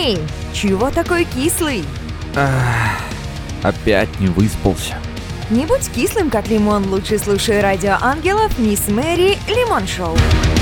Эй, чего такой кислый? Опять не выспался. Не будь кислым, как лимон, лучше слушай радио ангелов Мисс Мэри Лимон Шоу.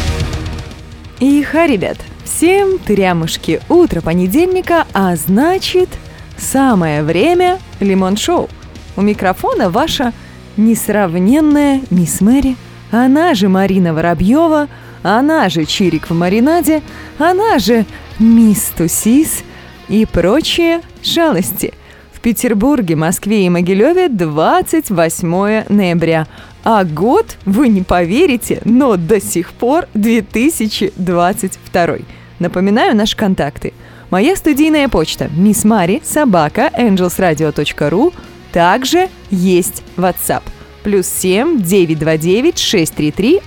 Иха, ребят, всем трямушки, утро понедельника, а значит, самое время Лимон Шоу. У микрофона ваша несравненная Мисс Мэри, она же Марина Воробьева, она же Чирик в маринаде, она же Мисс Тусис и прочие шалости. В Петербурге, Москве и Могилеве 28 ноября. А год, вы не поверите, но до сих пор 2022. Напоминаю наши контакты. Моя студийная почта missmari@angelsradio.ru. Также есть WhatsApp. +7 929 633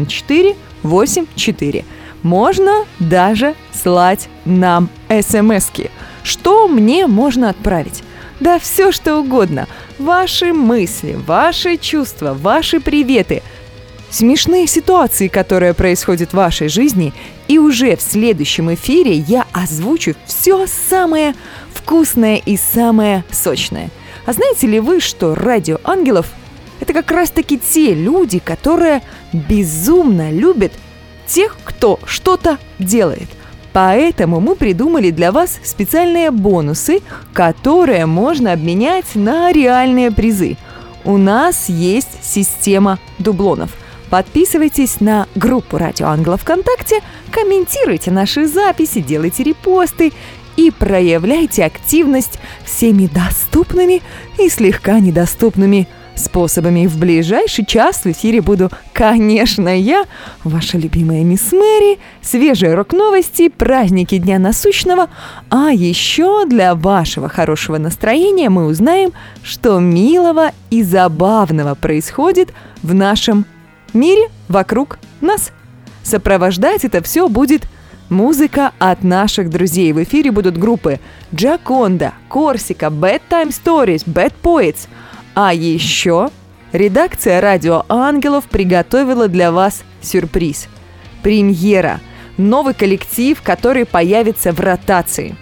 1484. Можно даже слать нам смски. Что мне можно отправить? Да все что угодно. Ваши мысли, ваши чувства, ваши приветы. Смешные ситуации, которые происходят в вашей жизни. И уже в следующем эфире я озвучу все самое вкусное и самое сочное. А знаете ли вы, что Радио Ангелов – это как раз-таки те люди, которые безумно любят тех, кто что-то делает. Поэтому мы придумали для вас специальные бонусы, которые можно обменять на реальные призы. У нас есть система дублонов. Подписывайтесь на группу Радио Ангелов ВКонтакте, комментируйте наши записи, делайте репосты и проявляйте активность всеми доступными и слегка недоступными способами. В ближайший час в эфире буду, конечно, я, ваша любимая Мисс Мэри, свежие рок-новости, праздники Дня Насущного, а еще для вашего хорошего настроения мы узнаем, что милого и забавного происходит в нашем мире вокруг нас. Сопровождать это все будет музыка от наших друзей. В эфире будут группы Джаконда, Корсика, Bad Time Stories, Bad Poets. А еще редакция Радио Ангелов приготовила для вас сюрприз. Премьера. Новый коллектив, который появится в ротации.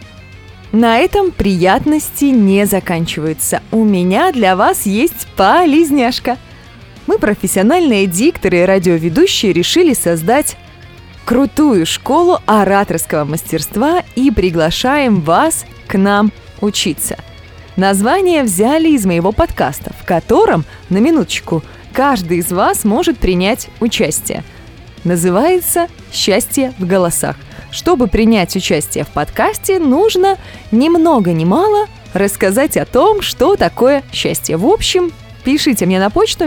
На этом приятности не заканчиваются. У меня для вас есть полезняшка. Мы, профессиональные дикторы и радиоведущие, решили создать крутую школу ораторского мастерства и приглашаем вас к нам учиться. Название взяли из моего подкаста, в котором, на минуточку, каждый из вас может принять участие. Называется «Счастье в голосах». Чтобы принять участие в подкасте, нужно ни много ни мало рассказать о том, что такое счастье. В общем, пишите мне на почту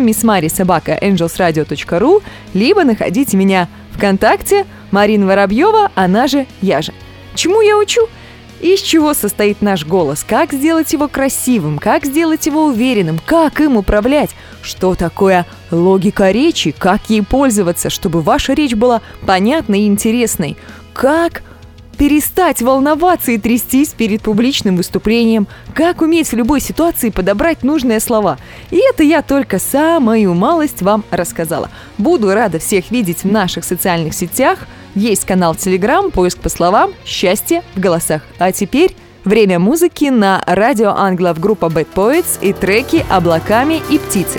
missmari@angelsradio.ru, либо находите меня ВКонтакте Марина Воробьева, она же я же. Чему я учу? Из чего состоит наш голос? Как сделать его красивым? Как сделать его уверенным? Как им управлять? Что такое логика речи? Как ей пользоваться, чтобы ваша речь была понятной и интересной? Как перестать волноваться и трястись перед публичным выступлением? Как уметь в любой ситуации подобрать нужные слова? И это я только самую малость вам рассказала. Буду рада всех видеть в наших социальных сетях. Есть канал в Telegram, поиск по словам «Счастье в голосах». А теперь время музыки на Радио Ангелов, группа Bad Poets и треки «Облаками» и «Птицы».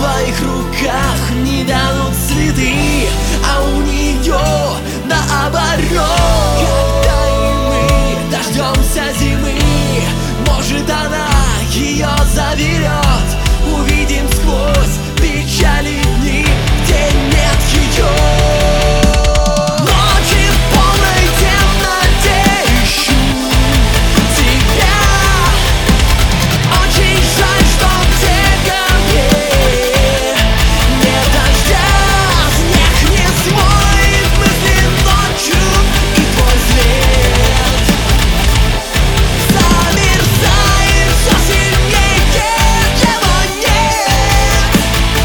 твоих руках не вянут цветы, а у нее наоборот. Когда и мы дождемся зимы, может она ее заберет. Увидим сквозь печали дни, где нет ее. Ночи в полной темноте ищу тебя. Очень жаль, что где ко мне нет дождя. Снег не смоет мысли ночью, и твой след замерзает все сильнее, его нет.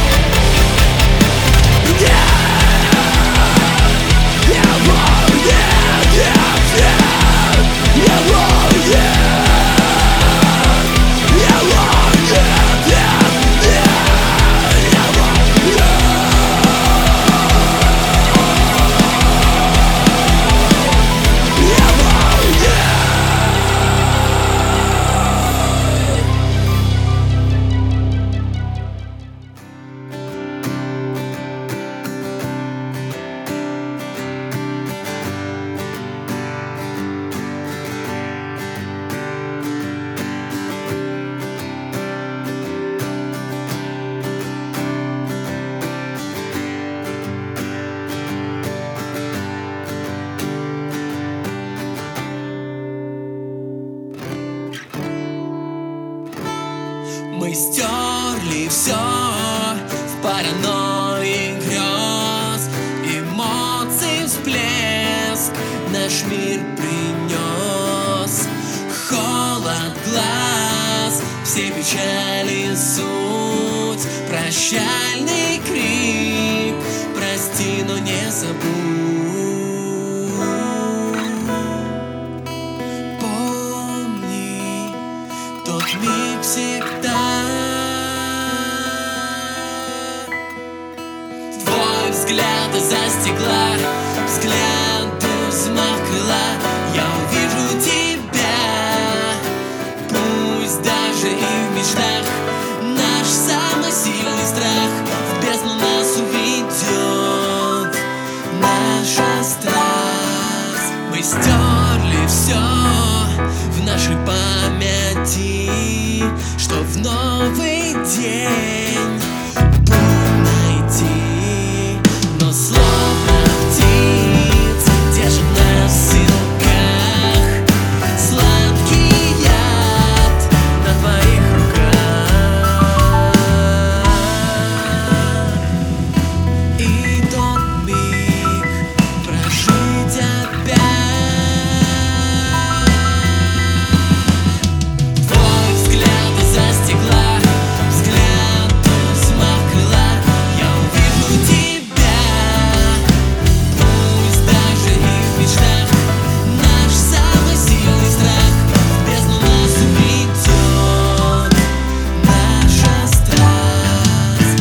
Мы стерли все в паранойи грез, эмоций всплеск наш мир принес. Холод глаз, все печали суть, прощальный крик, прости, но не забудь. Помни тот миг всегда. Твой взгляд застигла, взгляду взмах крыла. Я увижу тебя, пусть даже и в мечтах. Наш самый сильный страх в бездну нас уведет наша страсть. Мы стерли все в нашей памяти, что в новый день путь найти. Но словно птиц держит нас в силках сладкий яд на твоих руках. И тот миг прожить опять. Твой взгляд застигла, взгляду взмах крыла. Я увижу тебя, пусть даже и в мечтах. Наш самый сильный страх в бездну нас уведет наша страсть.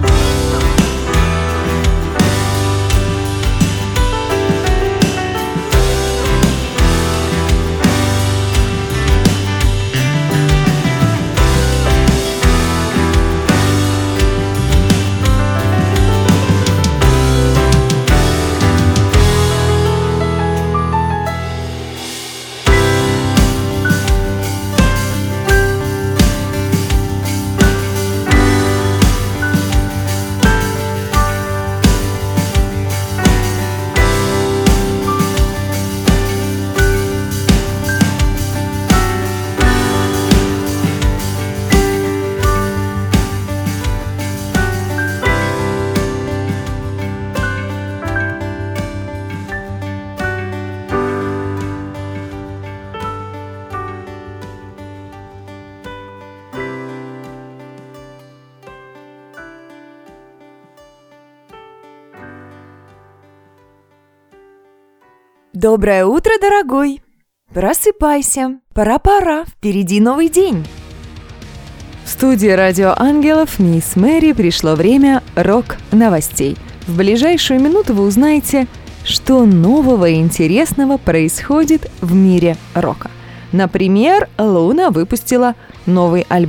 Доброе утро, дорогой! Просыпайся, пора, впереди новый день. В студии Радио Ангелов мисс Мэри пришло время рок-новостей. В ближайшую минуту вы узнаете, что нового и интересного происходит в мире рока. Например, Луна выпустила новый альбом.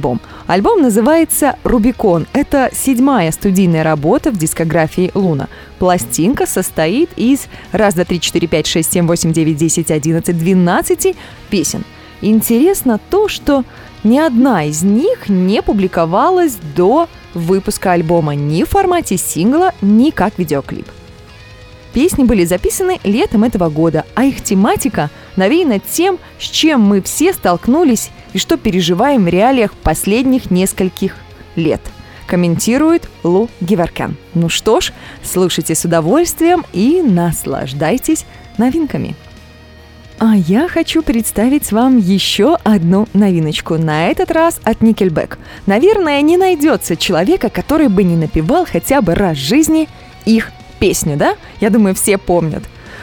Альбом называется «Рубикон». Это 7-я студийная работа в дискографии Луна. Пластинка состоит из 1, 2, 3, 4, 5, 6, 7, 8, 9, 10, 11, 12 песен. Интересно то, что ни одна из них не публиковалась до выпуска альбома ни в формате сингла, ни как видеоклип. Песни были записаны летом этого года, а их тематика навеяна тем, с чем мы все столкнулись и что переживаем в реалиях последних нескольких лет. Комментирует Лу Геворкян. Ну что ж, слушайте с удовольствием и наслаждайтесь новинками. А я хочу представить вам еще одну новиночку, на этот раз от Nickelback. Наверное, не найдется человека, который бы не напевал хотя бы раз в жизни их песню, да? Я думаю, все помнят.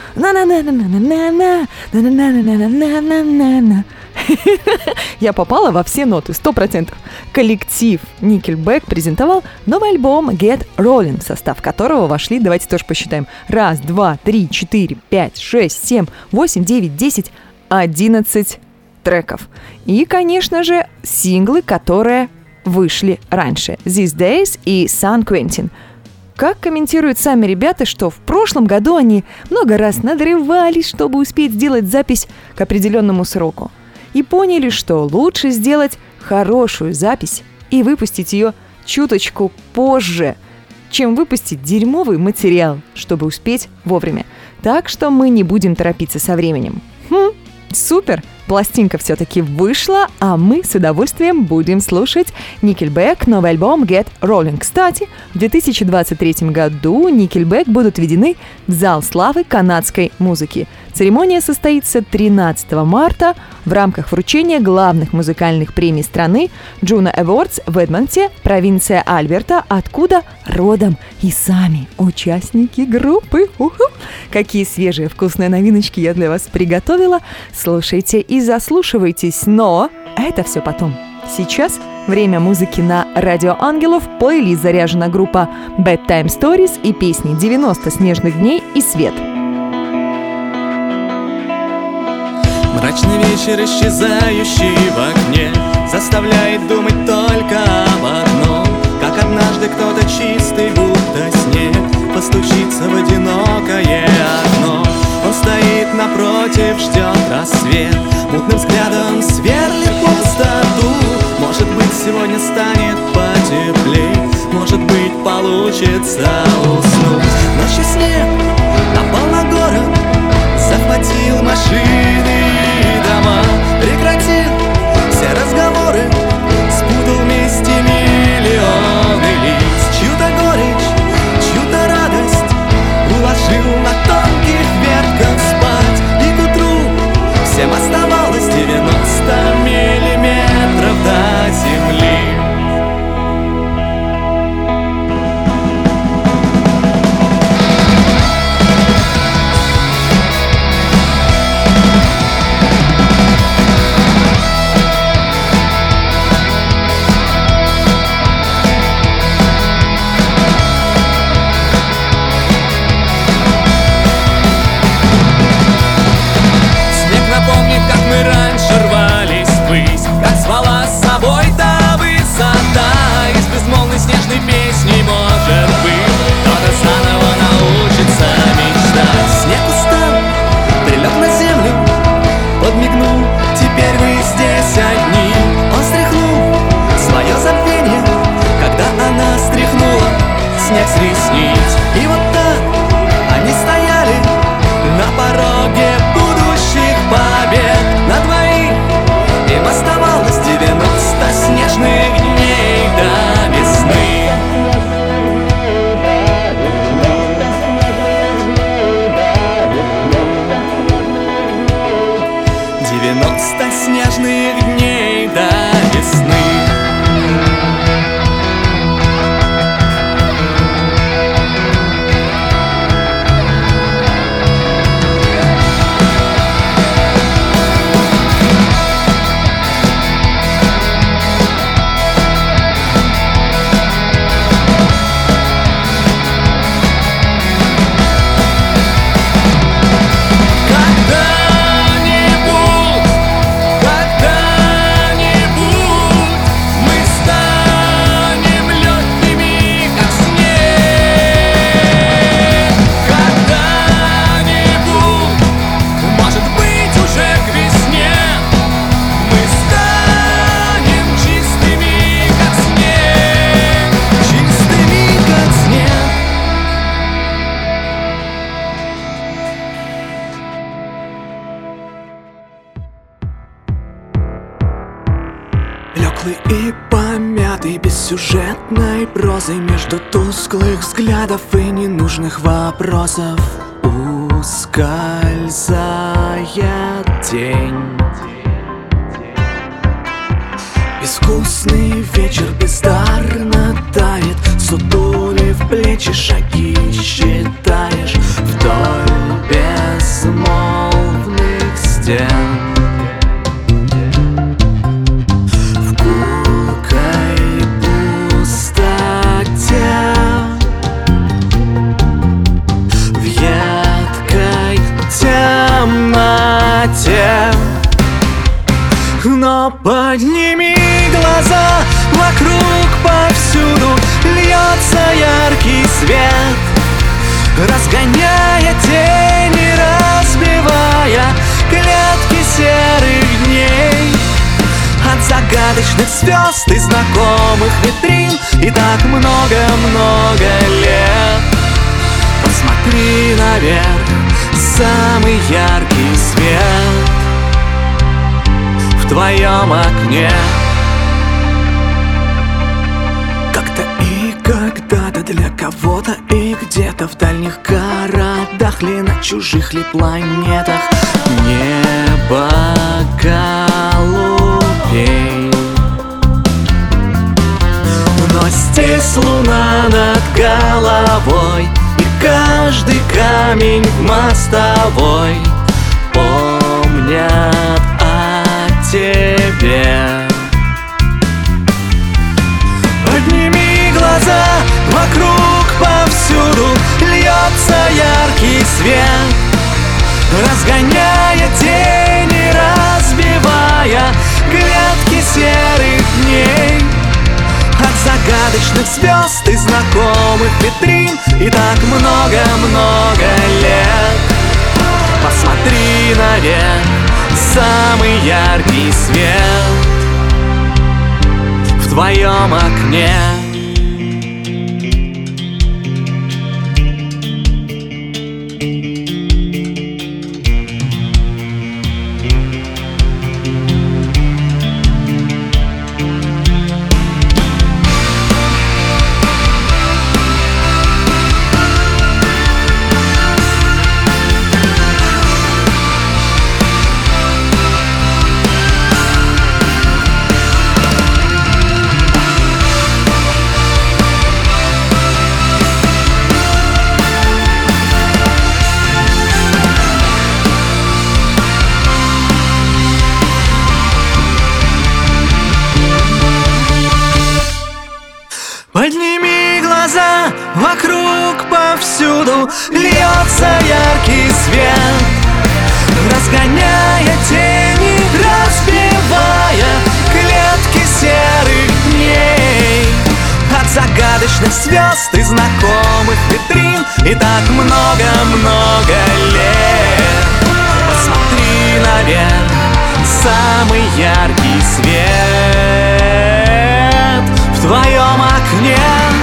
Я попала во все ноты, 100%. Коллектив Nickelback презентовал новый альбом Get Rolling, в состав которого вошли, давайте тоже посчитаем, 1, 2, 3, 4, 5, 6, 7, 8, 9, 10, 11 треков. И, конечно же, синглы, которые вышли раньше. These Days и San Quentin. Как комментируют сами ребята, что в прошлом году они много раз надрывались, чтобы успеть сделать запись к определенному сроку. И поняли, что лучше сделать хорошую запись и выпустить ее чуточку позже, чем выпустить дерьмовый материал, чтобы успеть вовремя. Так что мы не будем торопиться со временем. Супер! Пластинка все-таки вышла, а мы с удовольствием будем слушать Nickelback, новый альбом Get Rolling. Кстати, в 2023 году Nickelback будут введены в зал славы канадской музыки. Церемония состоится 13 марта в рамках вручения главных музыкальных премий страны Juno Awards в Эдмонте, провинция Альберта, откуда родом и сами участники группы. Какие свежие вкусные новиночки я для вас приготовила. Слушайте и заслушивайтесь, но это все потом. Сейчас время музыки на Радио Ангелов. В плейлист заряжена группа Bedtime Stories и песни «90 снежных дней» и «Свет». Мрачный вечер, исчезающий в окне, заставляет думать только об одном. Как однажды кто-то чистый, будто снег, постучится в одинокое окно. Он стоит напротив, ждет рассвет, мутным взглядом сверлит пустоту. Может быть, сегодня станет потеплей, может быть, получится уснуть. Ночью снег напал на город, захватил машины и дома, прекратил все разговоры, спутал вместе миллионы лиц. Чью-то горечь, чью-то радость уложил на тонких ветках спать. И к утру всем оставалось 90 миллиметров до земли. и помятой бессюжетной прозой между тусклых взглядов и ненужных вопросов ускользает день. Искусный вечер бездарно тает, сутулив плечи, шаги считаешь вдоль безмолвных стен. В гулкой пустоте, в едкой темноте. Но подними глаза, вокруг повсюду льется яркий свет, разгоняя тени, разбивая клетки серых дней. От загадочных звезд и знакомых витрин и так много-много лет. Посмотри наверх, самый яркий свет в твоем окне. Как-то и когда-то для кого-то и где-то в дальних городах ли на чужих ли планетах небо голубей. Но здесь луна над головой, и каждый камень в мостовой помнят тебе. Подними глаза, вокруг повсюду льется яркий свет, разгоняя тени, разбивая клетки серых дней. От загадочных звезд и знакомых витрин и так много-много лет. Посмотри наверх, самый яркий свет в твоем окне. Подними глаза, вокруг повсюду льется яркий свет, разгоняя тени, разбивая клетки серых дней. От загадочных звезд и знакомых витрин и так много-много лет. Посмотри наверх, самый яркий свет в твоем окне.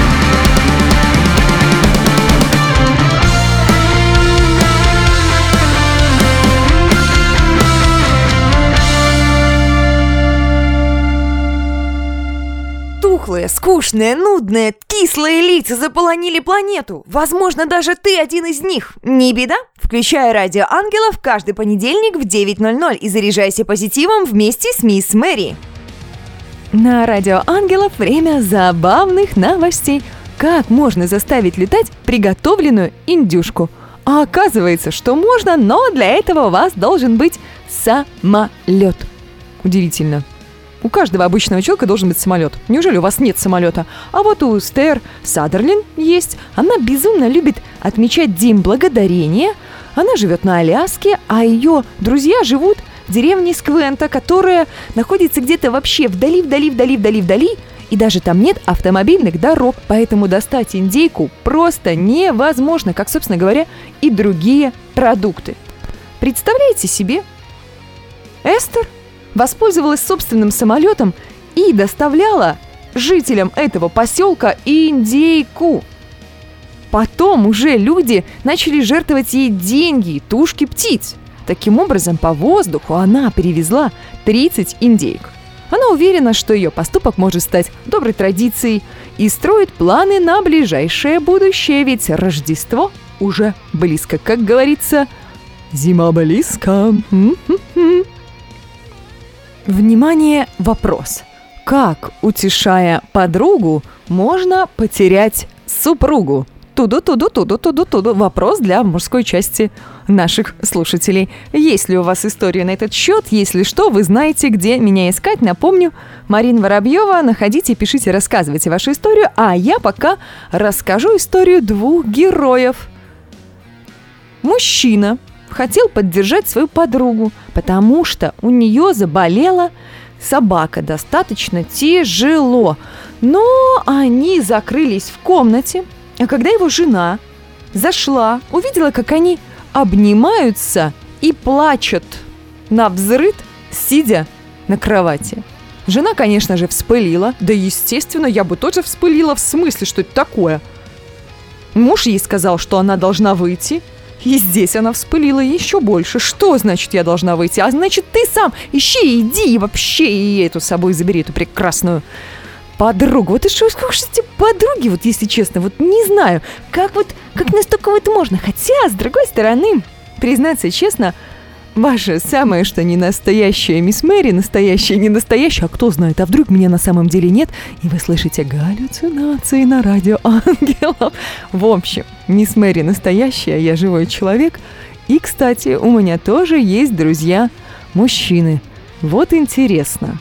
Тухлые, скучные, нудные, кислые лица заполонили планету. Возможно, даже ты один из них. Не беда. Включай Радио Ангелов каждый понедельник в 9:00 и заряжайся позитивом вместе с мисс Мэри. На Радио Ангелов время забавных новостей. Как можно заставить летать приготовленную индюшку? А оказывается, что можно, но для этого у вас должен быть самолет. Удивительно. У каждого обычного человека должен быть самолет. Неужели у вас нет самолета? А вот у Эстер Садерлин есть. Она безумно любит отмечать День Благодарения. Она живет на Аляске, а ее друзья живут в деревне Сквента, которая находится где-то вообще вдали, и даже там нет автомобильных дорог, поэтому достать индейку просто невозможно, как, собственно говоря, и другие продукты. Представляете себе? Эстер воспользовалась собственным самолетом и доставляла жителям этого поселка индейку. Потом уже люди начали жертвовать ей деньги и тушки птиц. Таким образом, по воздуху она перевезла 30 индейок. Она уверена, что ее поступок может стать доброй традицией и строит планы на ближайшее будущее, ведь Рождество уже близко, как говорится, зима близко. Внимание, вопрос. Как, утешая подругу, можно потерять супругу? Туду. Вопрос для мужской части наших слушателей. Есть ли у вас история на этот счет? Если что, вы знаете, где меня искать. Напомню, Марина Воробьева. Находите, пишите, рассказывайте вашу историю. А я пока расскажу историю двух героев. Мужчина хотел поддержать свою подругу, потому что у нее заболела собака достаточно тяжело. Но они закрылись в комнате. А когда его жена зашла, увидела, как они обнимаются и плачут навзрыд, сидя на кровати. Жена, конечно же, вспылила. Да, естественно, я бы тоже вспылила. В смысле, что это такое? Муж ей сказал, что она должна выйти. И здесь она вспылила еще больше. Что значит я должна выйти? А значит, ты сам ищи, иди и вообще и эту с собой забери, эту прекрасную подругу. Вот и что эти подруги, вот если честно, вот не знаю, как настолько вот можно. Хотя, с другой стороны, признаться честно, ваша самая что не настоящая мисс Мэри, настоящая, не настоящая, а кто знает, а вдруг меня на самом деле нет, и вы слышите галлюцинации на радио ангелов. В общем, мисс Мэри настоящая, я живой человек. И, кстати, у меня тоже есть друзья-мужчины. Вот интересно.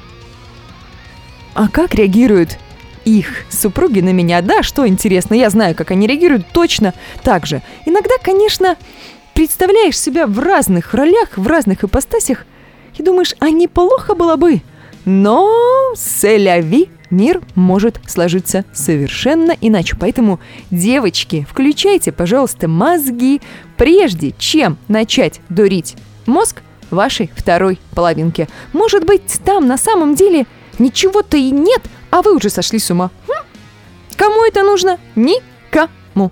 А как реагируют их супруги на меня? Да, что интересно, я знаю, как они реагируют точно так же. Иногда, конечно, представляешь себя в разных ролях, в разных ипостасях и думаешь, а неплохо было бы. Но селяви мир может сложиться совершенно иначе. Поэтому, девочки, включайте, пожалуйста, мозги, прежде чем начать дурить мозг вашей второй половинки. Может быть, там на самом деле ничего-то и нет, а вы уже сошли с ума. Кому это нужно? Никому.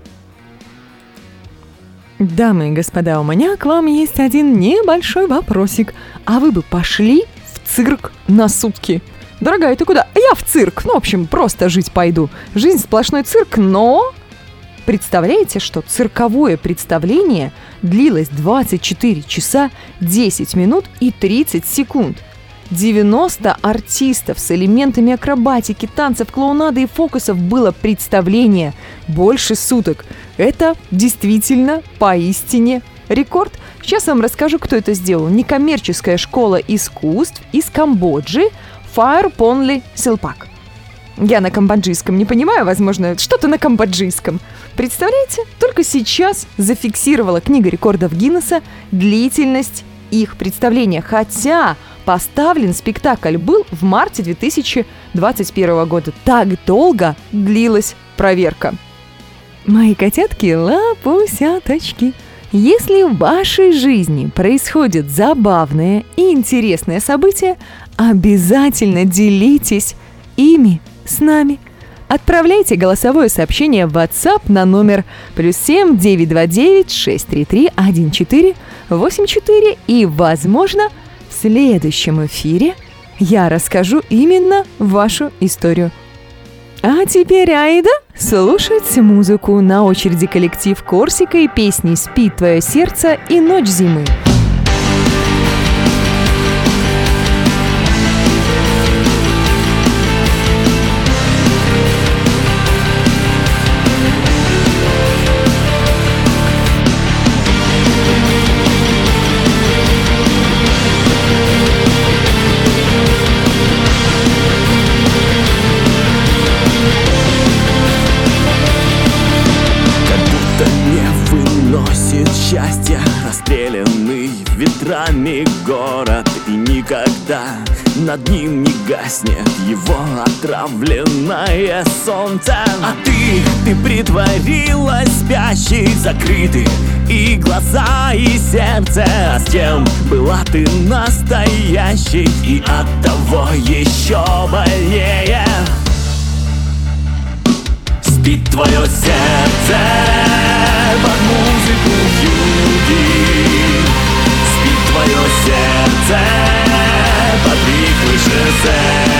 Дамы и господа, у меня к вам есть один небольшой вопросик. А вы бы пошли в цирк на сутки? Дорогая, ты куда? Я в цирк. Ну, в общем, просто жить пойду. Жизнь сплошной цирк, но... Представляете, что цирковое представление длилось 24 часа 10 минут и 30 секунд. 90 артистов с элементами акробатики, танцев, клоунады и фокусов было представление больше суток. Это действительно поистине рекорд. Сейчас вам расскажу, кто это сделал. Некоммерческая школа искусств из Камбоджи Fire Ponley Silpak. Я на камбоджийском не понимаю, возможно, что-то на камбоджийском. Представляете, только сейчас зафиксировала книга рекордов Гиннесса длительность их представления, хотя поставлен спектакль был в марте 2021 года. Так долго длилась проверка. Мои котятки-лапусяточки, если в вашей жизни происходит забавное и интересное событие, обязательно делитесь ими с нами. Отправляйте голосовое сообщение в WhatsApp на номер +7 929 633 1484, и, возможно, в следующем эфире я расскажу именно вашу историю. А теперь, Аида, слушать музыку. На очереди коллектив Корсика и песни «Спит твое сердце» и «Ночь зимы». Счастье, расстрелянный ветрами город, и никогда над ним не гаснет его отравленное солнце. А ты притворилась спящей, закрыты и глаза, и сердце. А с тем была ты настоящей, и оттого еще больнее. Спит твое сердце под музыку юги, спит твое сердце под ритмы шоссе.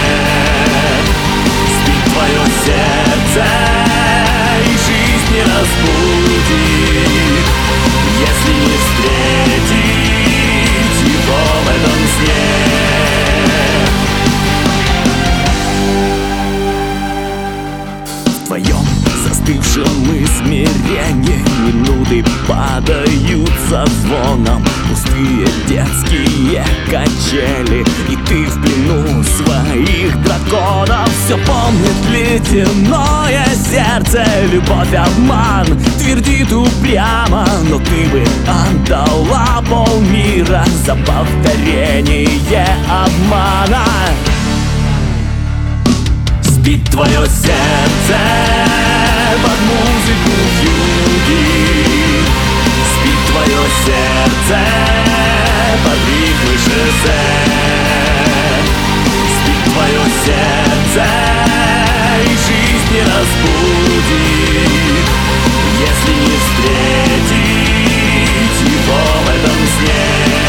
мы смирение. Минуты падают со звоном, пустые детские качели, и ты в плену своих драконов. Все помнит ледяное сердце, любовь, обман, твердит упрямо. Но ты бы отдала полмира за повторение обмана. Спит твое сердце под музыку вьюги, спит твое сердце под ритмы шоссе, спит твое сердце и жизнь не разбудит, если не встретить его в этом сне.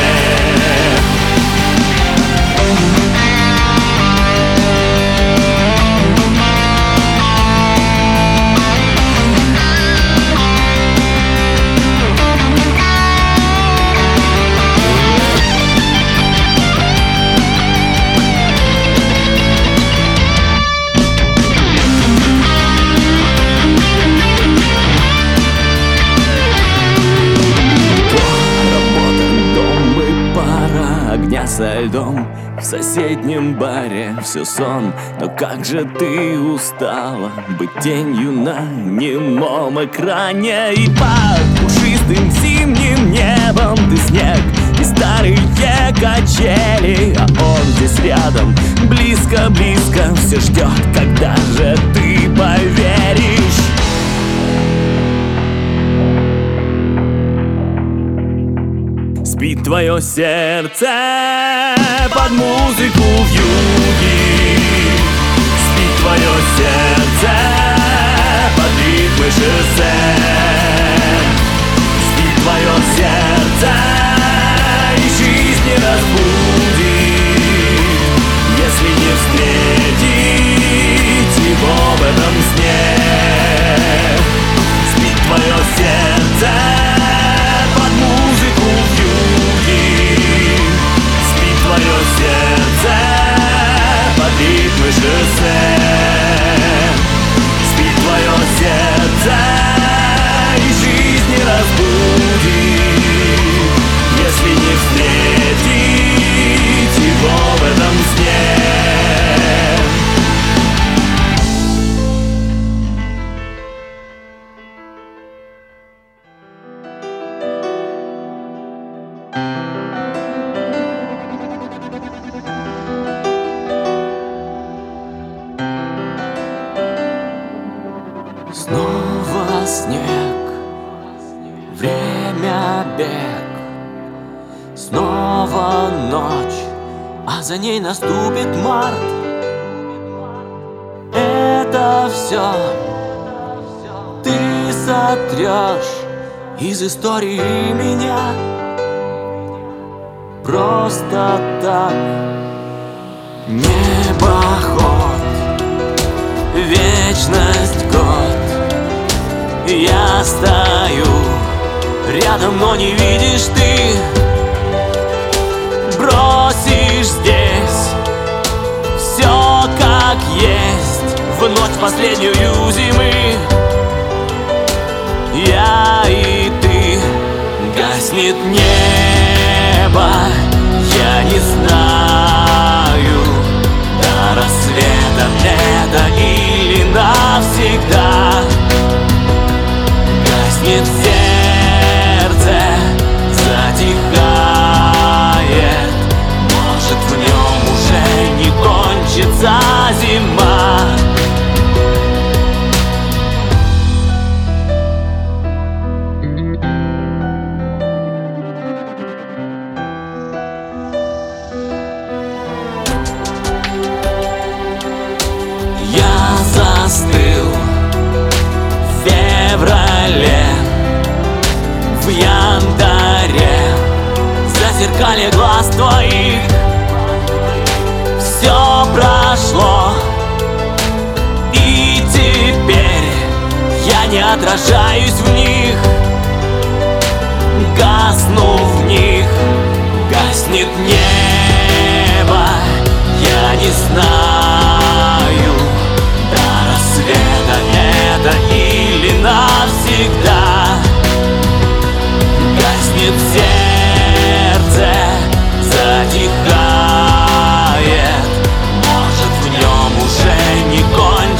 Со льдом в соседнем баре все сон. Но как же ты устала быть тенью на немом экране. И под пушистым зимним небом ты снег и старые качели, а он здесь рядом, близко-близко, все ждет, когда же ты поверишь. Спит твое сердце под музыку вьюги, спит твое сердце под ритмы шоссе, спит твое сердце и жизнь не разбудит, если не встретить его в этом сне. Спит твое сердце под музыку вьюги, спит твое сердце под ритмы шоссе, спит твое сердце и жизнь не разбудит, если не встретить его в этом сне. Снова снег, время бег, снова ночь, а за ней наступит март. Это все ты сотрешь из истории меня. Просто так небоход, вечность, год. Я стою рядом, но не видишь ты. Бросишь здесь все как есть в ночь последнюю зимы. Я и ты, гаснет небо, я не знаю, до рассвета это или навсегда. Гаснет сердце, затихает, может в нем уже не кончится зима. Я застыл в феврале, в янтаре, зазеркалье глаз твоих. Все прошло, и теперь я не отражаюсь в них, гасну в них. Гаснет небо, я не знаю, до рассвета это или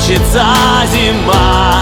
кончится зима.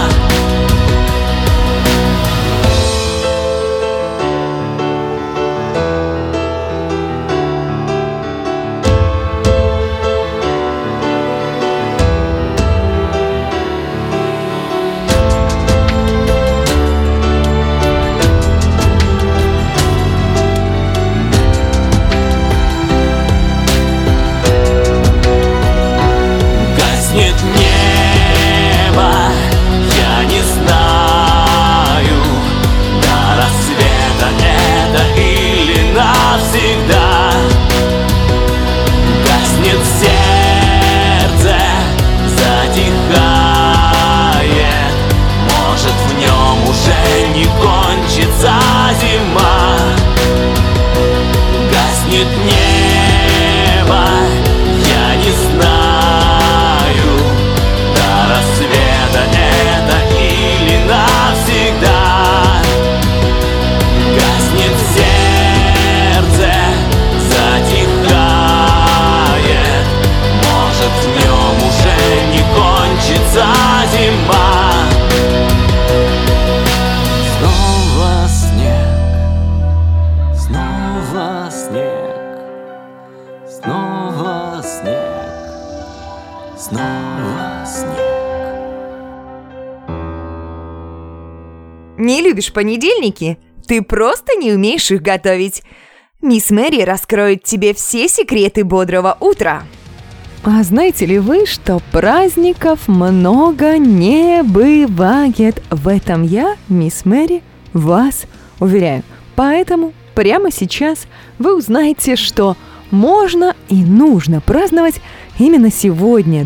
Не любишь понедельники? Ты просто не умеешь их готовить. Мисс Мэри раскроет тебе все секреты бодрого утра. А знаете ли вы, что праздников много не бывает? В этом я, мисс Мэри, вас уверяю. Поэтому прямо сейчас вы узнаете, что можно и нужно праздновать именно сегодня,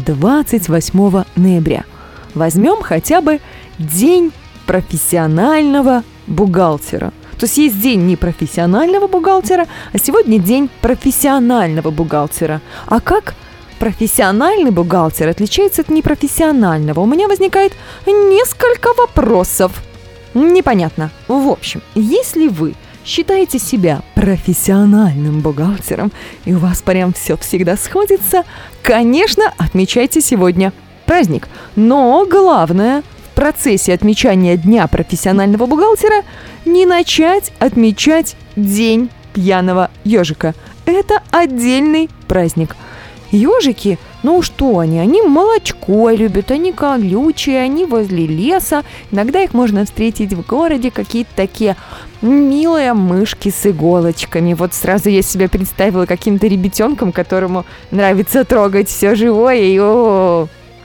28 ноября. Возьмем хотя бы День профессионального бухгалтера. То есть день непрофессионального бухгалтера, а сегодня день профессионального бухгалтера. А как профессиональный бухгалтер отличается от непрофессионального? У меня возникает несколько вопросов. Непонятно. В общем, если вы считаете себя профессиональным бухгалтером, и у вас прям все всегда сходится, конечно, отмечайте сегодня праздник. Но главное в процессе отмечания Дня профессионального бухгалтера не начать отмечать День пьяного ежика. Это отдельный праздник. Ежики, ну что они? Они молочко любят, они колючие, они возле леса. Иногда их можно встретить в городе, какие-то такие милые мышки с иголочками. Вот сразу я себя представила каким-то ребятенком, которому нравится трогать все живое. И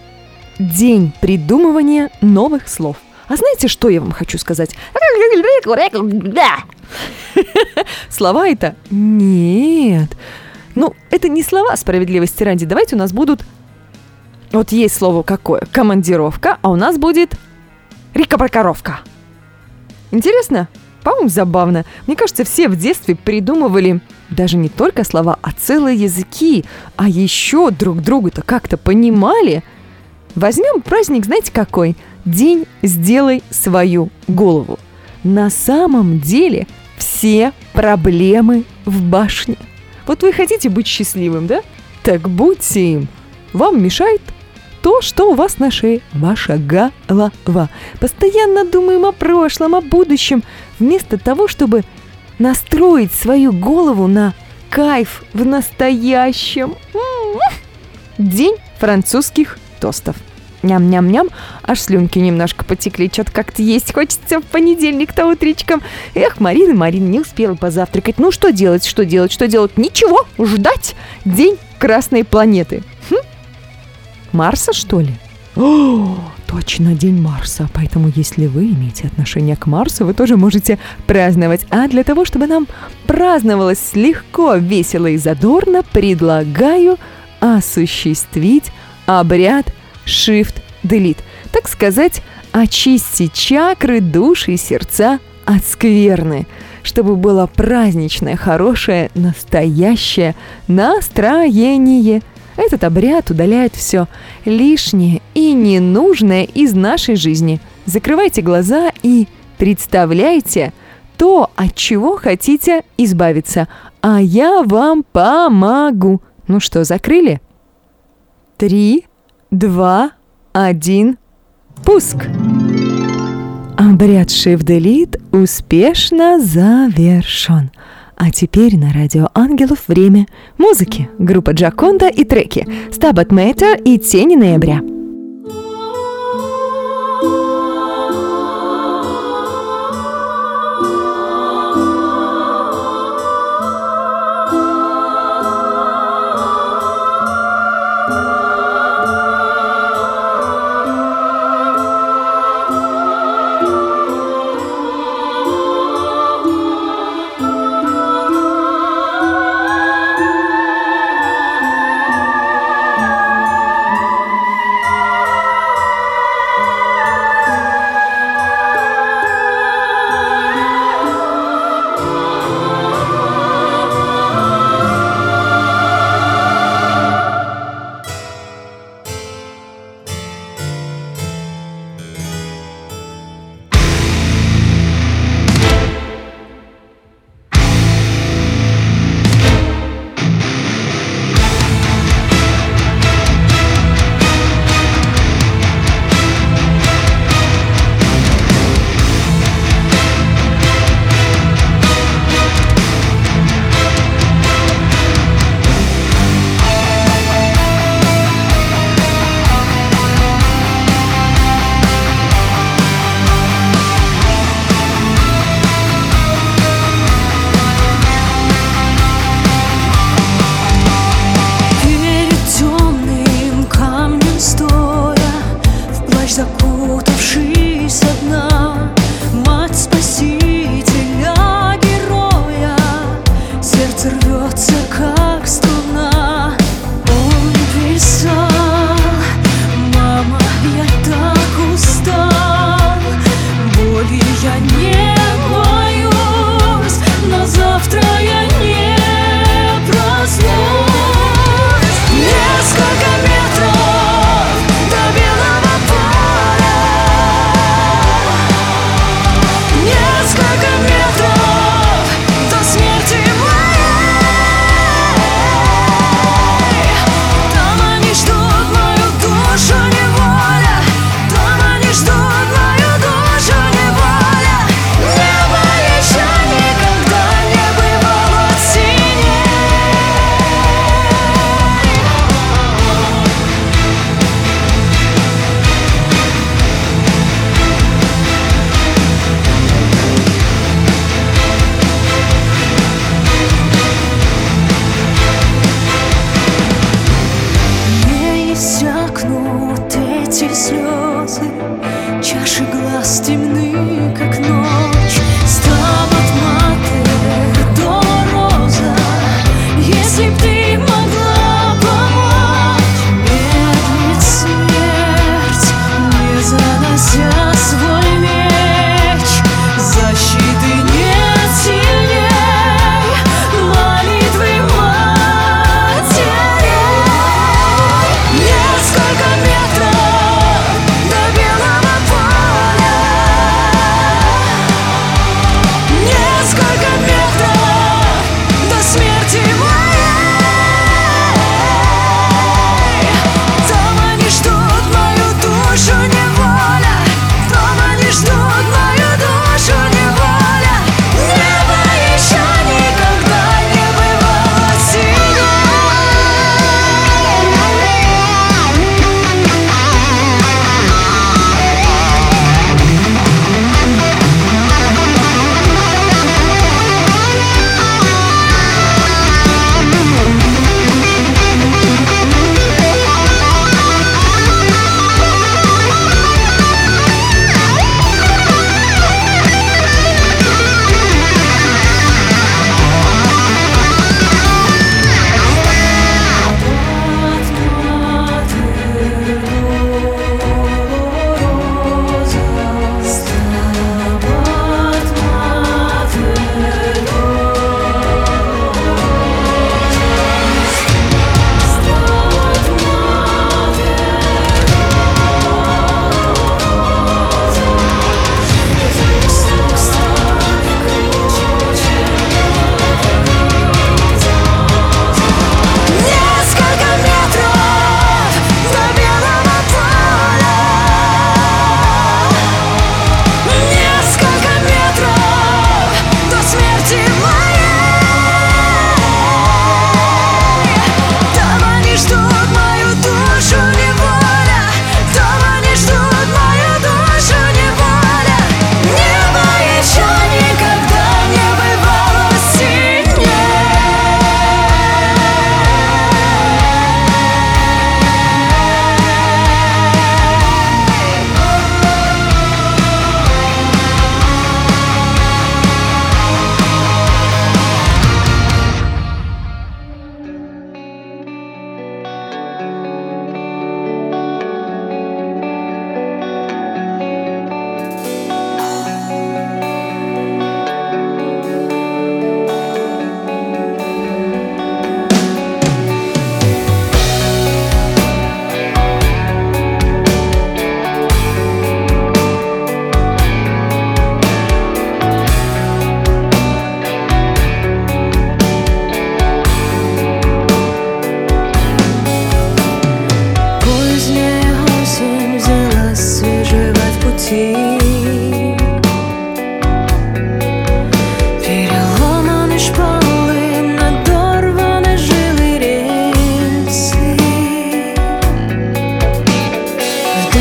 День придумывания новых слов. А знаете, что я вам хочу сказать? Слова это? Нет. Ну, это не слова, справедливости ради. Давайте у нас будут... Вот есть слово какое? Командировка, а у нас будет река-прокоровка. Интересно? По-моему, забавно. Мне кажется, все в детстве придумывали даже не только слова, а целые языки. А еще друг друга-то как-то понимали. Возьмем праздник, знаете какой? День «Сделай свою голову». На самом деле все проблемы в башне. Вот вы хотите быть счастливым, да? Так будьте им. Вам мешает то, что у вас на шее, ваша голова. Постоянно думаем о прошлом, о будущем, вместо того, чтобы настроить свою голову на кайф в настоящем. День французских тостов. Ням-ням-ням, аж слюнки немножко потекли, что-то как-то есть хочется в понедельник-то утречком. Эх, Марина не успела позавтракать. Ну что делать? Ничего, ждать День Красной планеты. Марса, что ли? О, точно, День Марса. Поэтому, если вы имеете отношение к Марсу, вы тоже можете праздновать. А для того, чтобы нам праздновалось легко, весело и задорно, предлагаю осуществить обряд Shift-Delete. Так сказать, очистить чакры, души и сердца от скверны, чтобы было праздничное, хорошее, настоящее настроение. Этот обряд удаляет все лишнее и ненужное из нашей жизни. Закрывайте глаза и представляйте то, от чего хотите избавиться. А я вам помогу. Ну что, закрыли? 3, 2, 1. Пуск. Обряд Shift-Delete успешно завершен. А теперь на Радио Ангелов время музыки. Группа Джаконда и треки Stabat Mater и Тени ноября.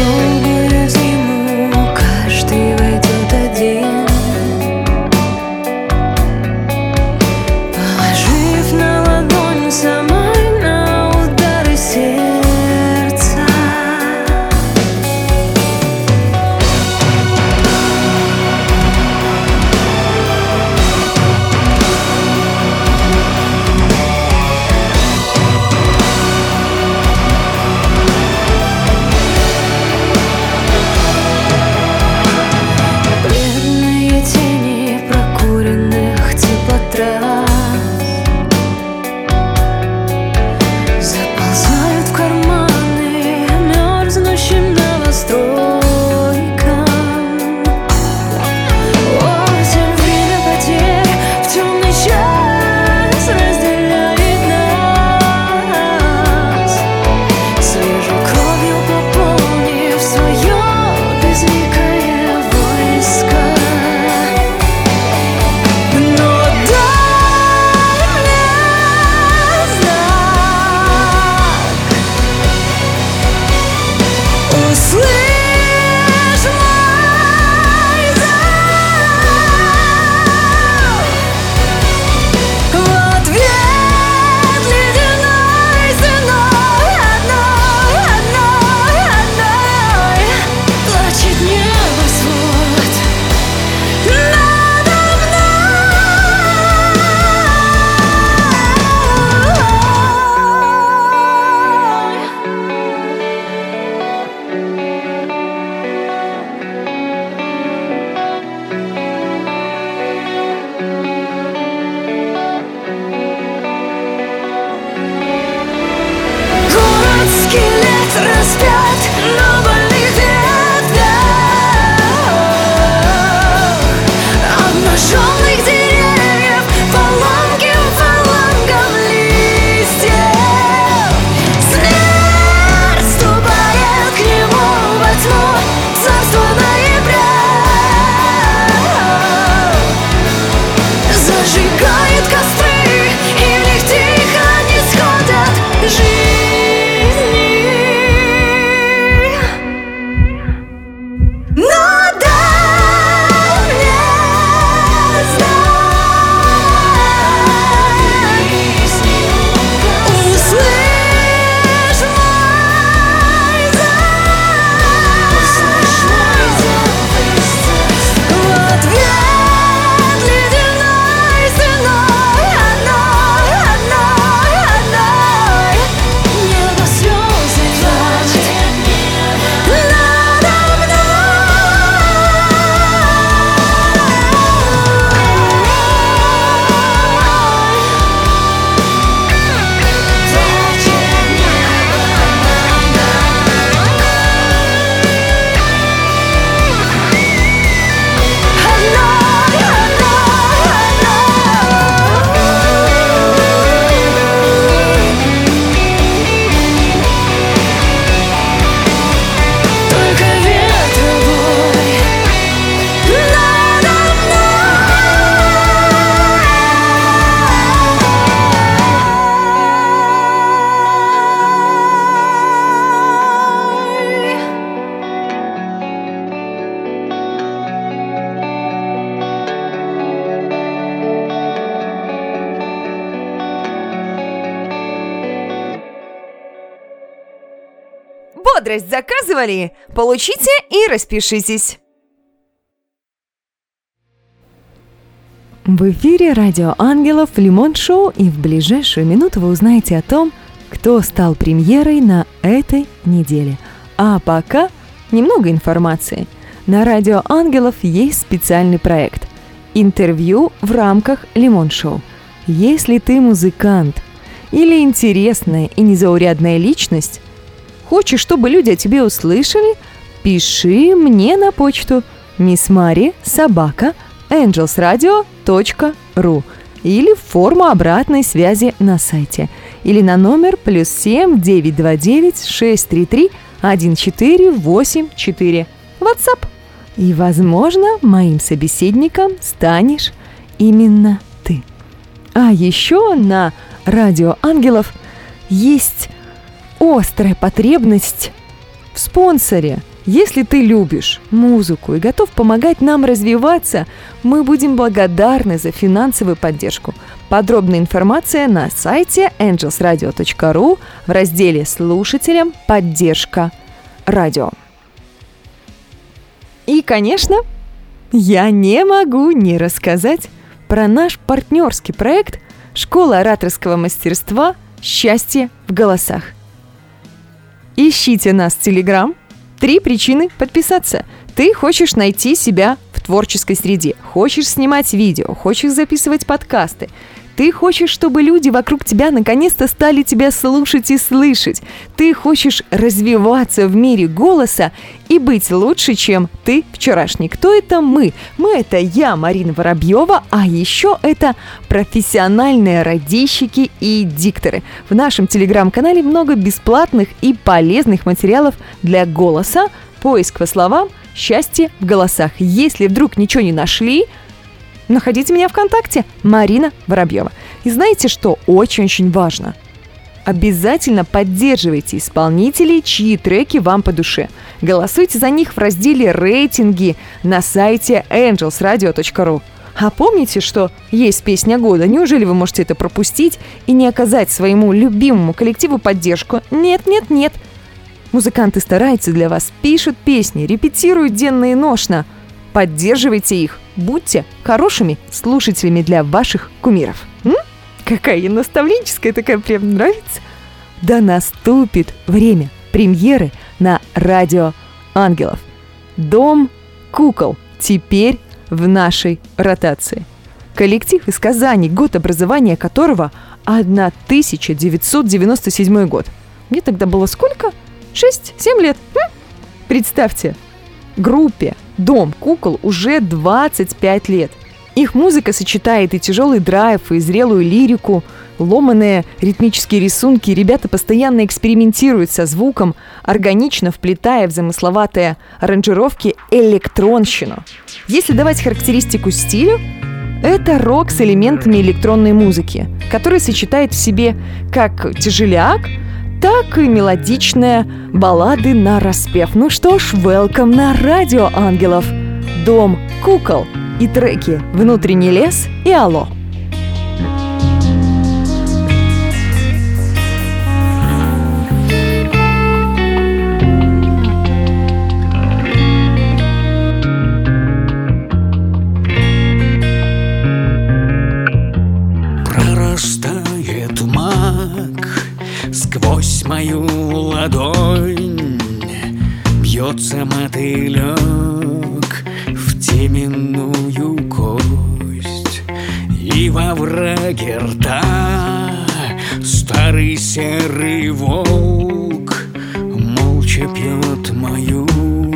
долгую зиму каждый войдет один, положив на ладонь самой на удары сердца. Бледные тени прокуренных теплотрасс заползают в карманы мерзнущим новостройкам. Осень, время потерь, в темный час разделяет нас, свежей кровью пополнив свое безликое войско. Но дай мне знак, услышь мой зов. В ответ ледяной стеной одной плачет небосвод надо город скелет распят на больных ветвях обнаженных деревьев по ломким фалангам листьев. Смерть ступает к нему во тьму царства ноября, зажигает костры, и в них тихо не сходят жизни. Но дай мне знак, услышь мой зов. В ответ ледяной стеной одной небо слезы плачет надо только ветровой надо мной. Бодрость заказывали? Получите и распишитесь. В эфире Радио Ангелов Лимон Шоу, и в ближайшую минуту вы узнаете о том, кто стал премьерой на этой неделе. А пока немного информации. На Радио Ангелов есть специальный проект «Интервью в рамках Лимон Шоу». Если ты музыкант или интересная и незаурядная личность, хочешь, чтобы люди о тебе услышали, пиши мне на почту missmari@angelsradio.ru или в форму обратной связи на сайте, или на номер +7 929 633 1484 WhatsApp. И, возможно, моим собеседником станешь именно ты. А еще на Радио Ангелов есть острая потребность в спонсоре. Если ты любишь музыку и готов помогать нам развиваться, мы будем благодарны за финансовую поддержку. Подробная информация на сайте angelsradio.ru в разделе «Слушателям. Поддержка радио». И, конечно, я не могу не рассказать про наш партнерский проект «Школа ораторского мастерства. Счастье в голосах». Ищите нас в Telegram. 3 причины подписаться. Ты хочешь найти себя в творческой среде, хочешь снимать видео, хочешь записывать подкасты. Ты хочешь, чтобы люди вокруг тебя наконец-то стали тебя слушать и слышать. Ты хочешь развиваться в мире голоса и быть лучше, чем ты вчерашний. Кто это мы? Мы — это я, Марина Воробьева, а еще это профессиональные радищики и дикторы. В нашем телеграм-канале много бесплатных и полезных материалов для голоса, поиск по словам, счастье в голосах. Если вдруг ничего не нашли, находите меня ВКонтакте, Марина Воробьева. И знаете, что очень-очень важно? Обязательно поддерживайте исполнителей, чьи треки вам по душе. Голосуйте за них в разделе «Рейтинги» на сайте angelsradio.ru. А помните, что есть песня года? Неужели вы можете это пропустить и не оказать своему любимому коллективу поддержку? Нет, нет, нет. Музыканты стараются для вас, пишут песни, репетируют денно и ношно. Поддерживайте их. Будьте хорошими слушателями для ваших кумиров. Какая я наставленческая, такая прям нравится. Да наступит время премьеры на Радио Ангелов. Дом кукол теперь в нашей ротации. Коллектив из Казани, год образования которого 1997 год. Мне тогда было сколько? 6-7 лет. Представьте, группе «Дом кукол» уже 25 лет. Их музыка сочетает и тяжелый драйв, и зрелую лирику, ломаные ритмические рисунки. Ребята постоянно экспериментируют со звуком, органично вплетая в замысловатые аранжировки электронщину. Если давать характеристику стилю, это рок с элементами электронной музыки, который сочетает в себе как тяжеляк, так и мелодичные баллады на распев. Ну что ж, welcome на Радио Ангелов. Дом кукол и треки «Внутренний лес» и «Алло». Прорастает мак сквозь мою ладонь, бьется мотылек в теменную кость, и во враге рта старый серый волк молча пьет мою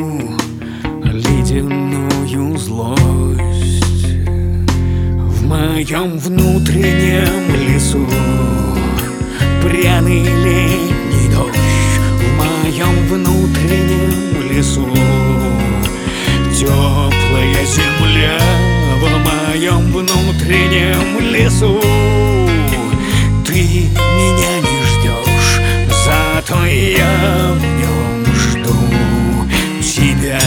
ледяную злость. В моем внутреннем лесу пряный летний дождь. В моем внутреннем лесу теплая земля. В моем внутреннем лесу ты меня не ждешь, зато я в нем жду тебя.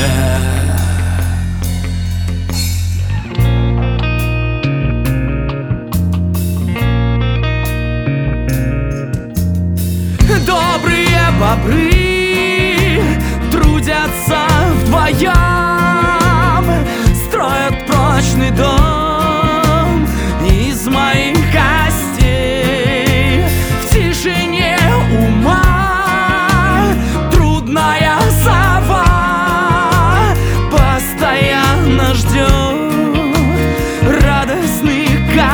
Добрые бобры трудятся вдвоем, строят прочный дом из моих костей. В тишине ума трудная сова постоянно ждет радостных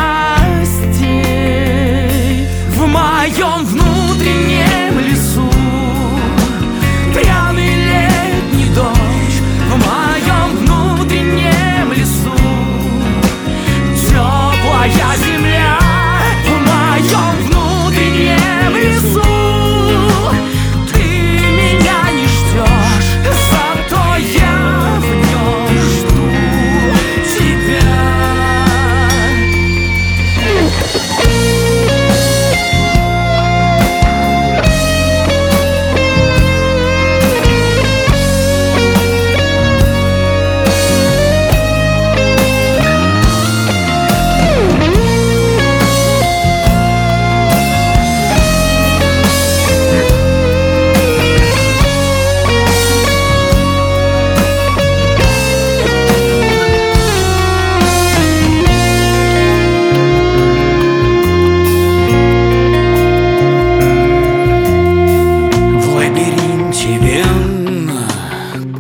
гостей. В моем внутреннем лесу пряный летний дождь. В моем внутреннем лесу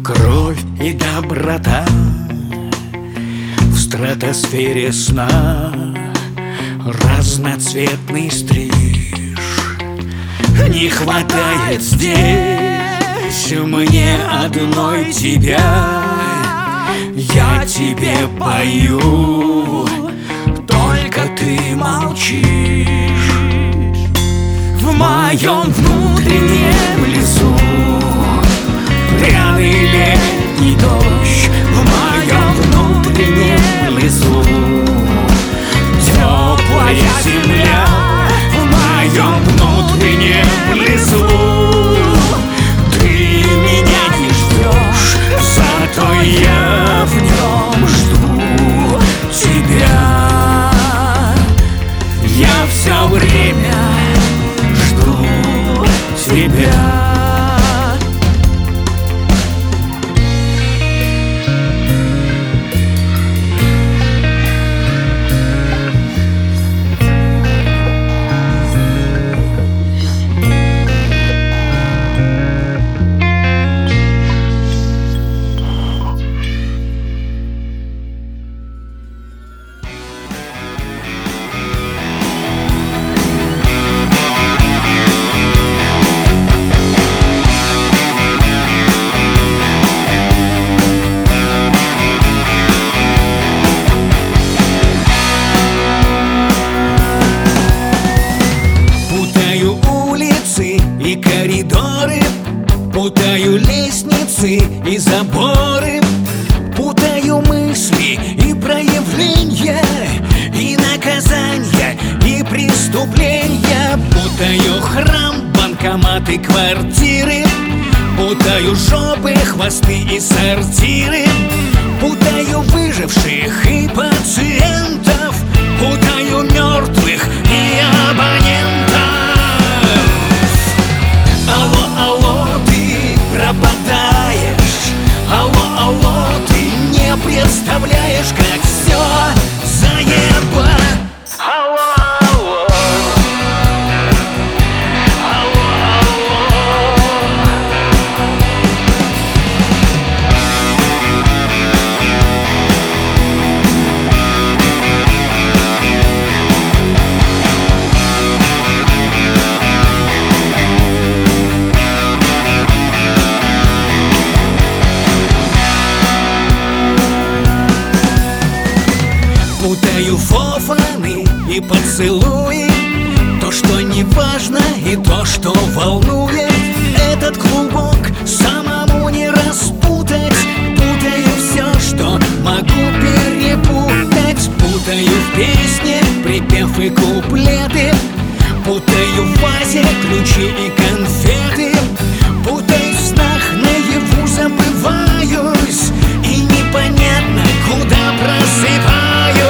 кровь и доброта в стратосфере сна, разноцветный стриж. Не хватает здесь мне одной тебя. Я тебе пою, только ты молчишь. В моем внутреннем лесу пряный летний дождь. в моем внутреннем лесу Теплая земля в моем внутреннем лесу. ты меня не ждешь, зато я в нем жду тебя. Я все время жду тебя. И коридоры, путаю лестницы и заборы, путаю мысли и проявления, и наказания, и преступления. Путаю храм, банкоматы, квартиры, путаю жопы, хвосты и сортиры, путаю выживших и пациентов, путаю мертвых и абонентов. Алло, алло, ты пропадаешь. Алло, алло, ты не представляешь, как все заеба. Алло, алло. Алло, путаю фофаны и поцелуи, то, что не важно, и то, что волнует. Этот клубок самому не распутать. Путаю все, что могу перепутать. Путаю в песне припев и куплеты, путаю в вазе ключи и конфеты, путаю в снах, наяву забываюсь, и непонятно, куда просыпаюсь.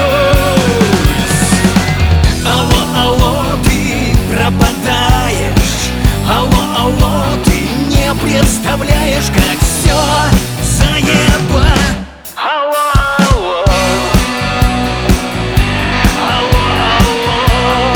Алло, алло, ты пропадаешь. Алло, алло, ты не представляешь, как все заеба. Алло, алло. Алло, алло.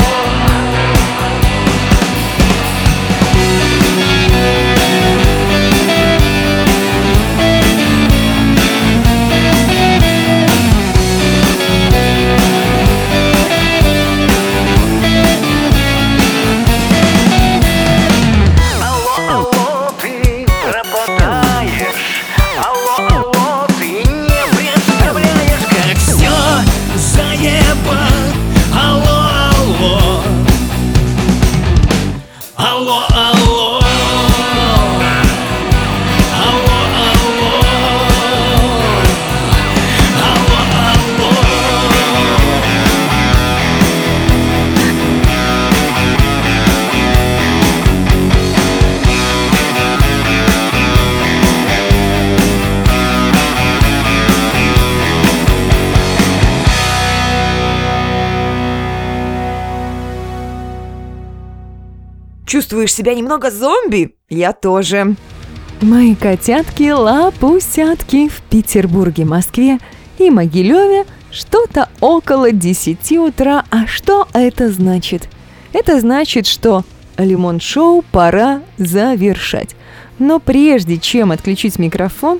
Чувствуешь себя немного зомби? Я тоже. Мои котятки-лапусятки в Петербурге, Москве и Могилеве что-то около 10 утра. А что это значит? Это значит, что Лимон Шоу пора завершать. Но прежде чем отключить микрофон,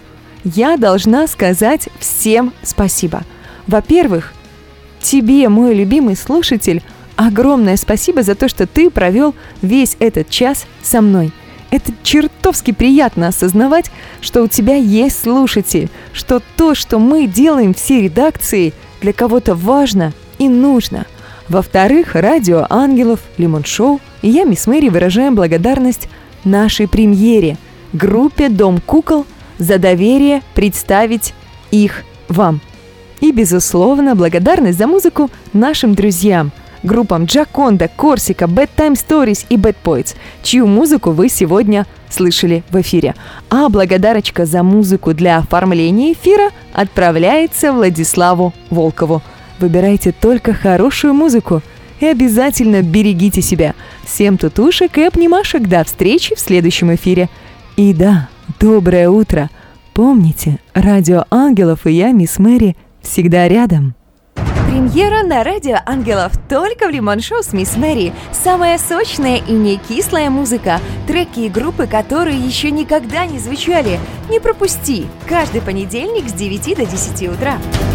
я должна сказать всем спасибо. Во-первых, тебе, мой любимый слушатель, огромное спасибо за то, что ты провел весь этот час со мной. Это чертовски приятно осознавать, что у тебя есть слушатель, что то, что мы делаем все редакции, для кого-то важно и нужно. Во-вторых, Радио Ангелов, Лимон Шоу и я, Мисс Мэри, выражаем благодарность нашей премьере, группе Дом Кукол, за доверие представить их вам. И, безусловно, благодарность за музыку нашим друзьям, группам Джаконда, Корсика, Bad Time Stories и Bad Poets, чью музыку вы сегодня слышали в эфире. А благодарочка за музыку для оформления эфира отправляется Владиславу Волкову. Выбирайте только хорошую музыку и обязательно берегите себя. Всем тутушек и обнимашек. До встречи в следующем эфире. И да, доброе утро. Помните, Радио Ангелов и я, Мисс Мэри, всегда рядом. Премьера на Радио Ангелов только в Лимон Шоу с Мисс Мэри. Самая сочная и не кислая музыка. Треки и группы, которые еще никогда не звучали. Не пропусти. Каждый понедельник с 9 до 10 утра.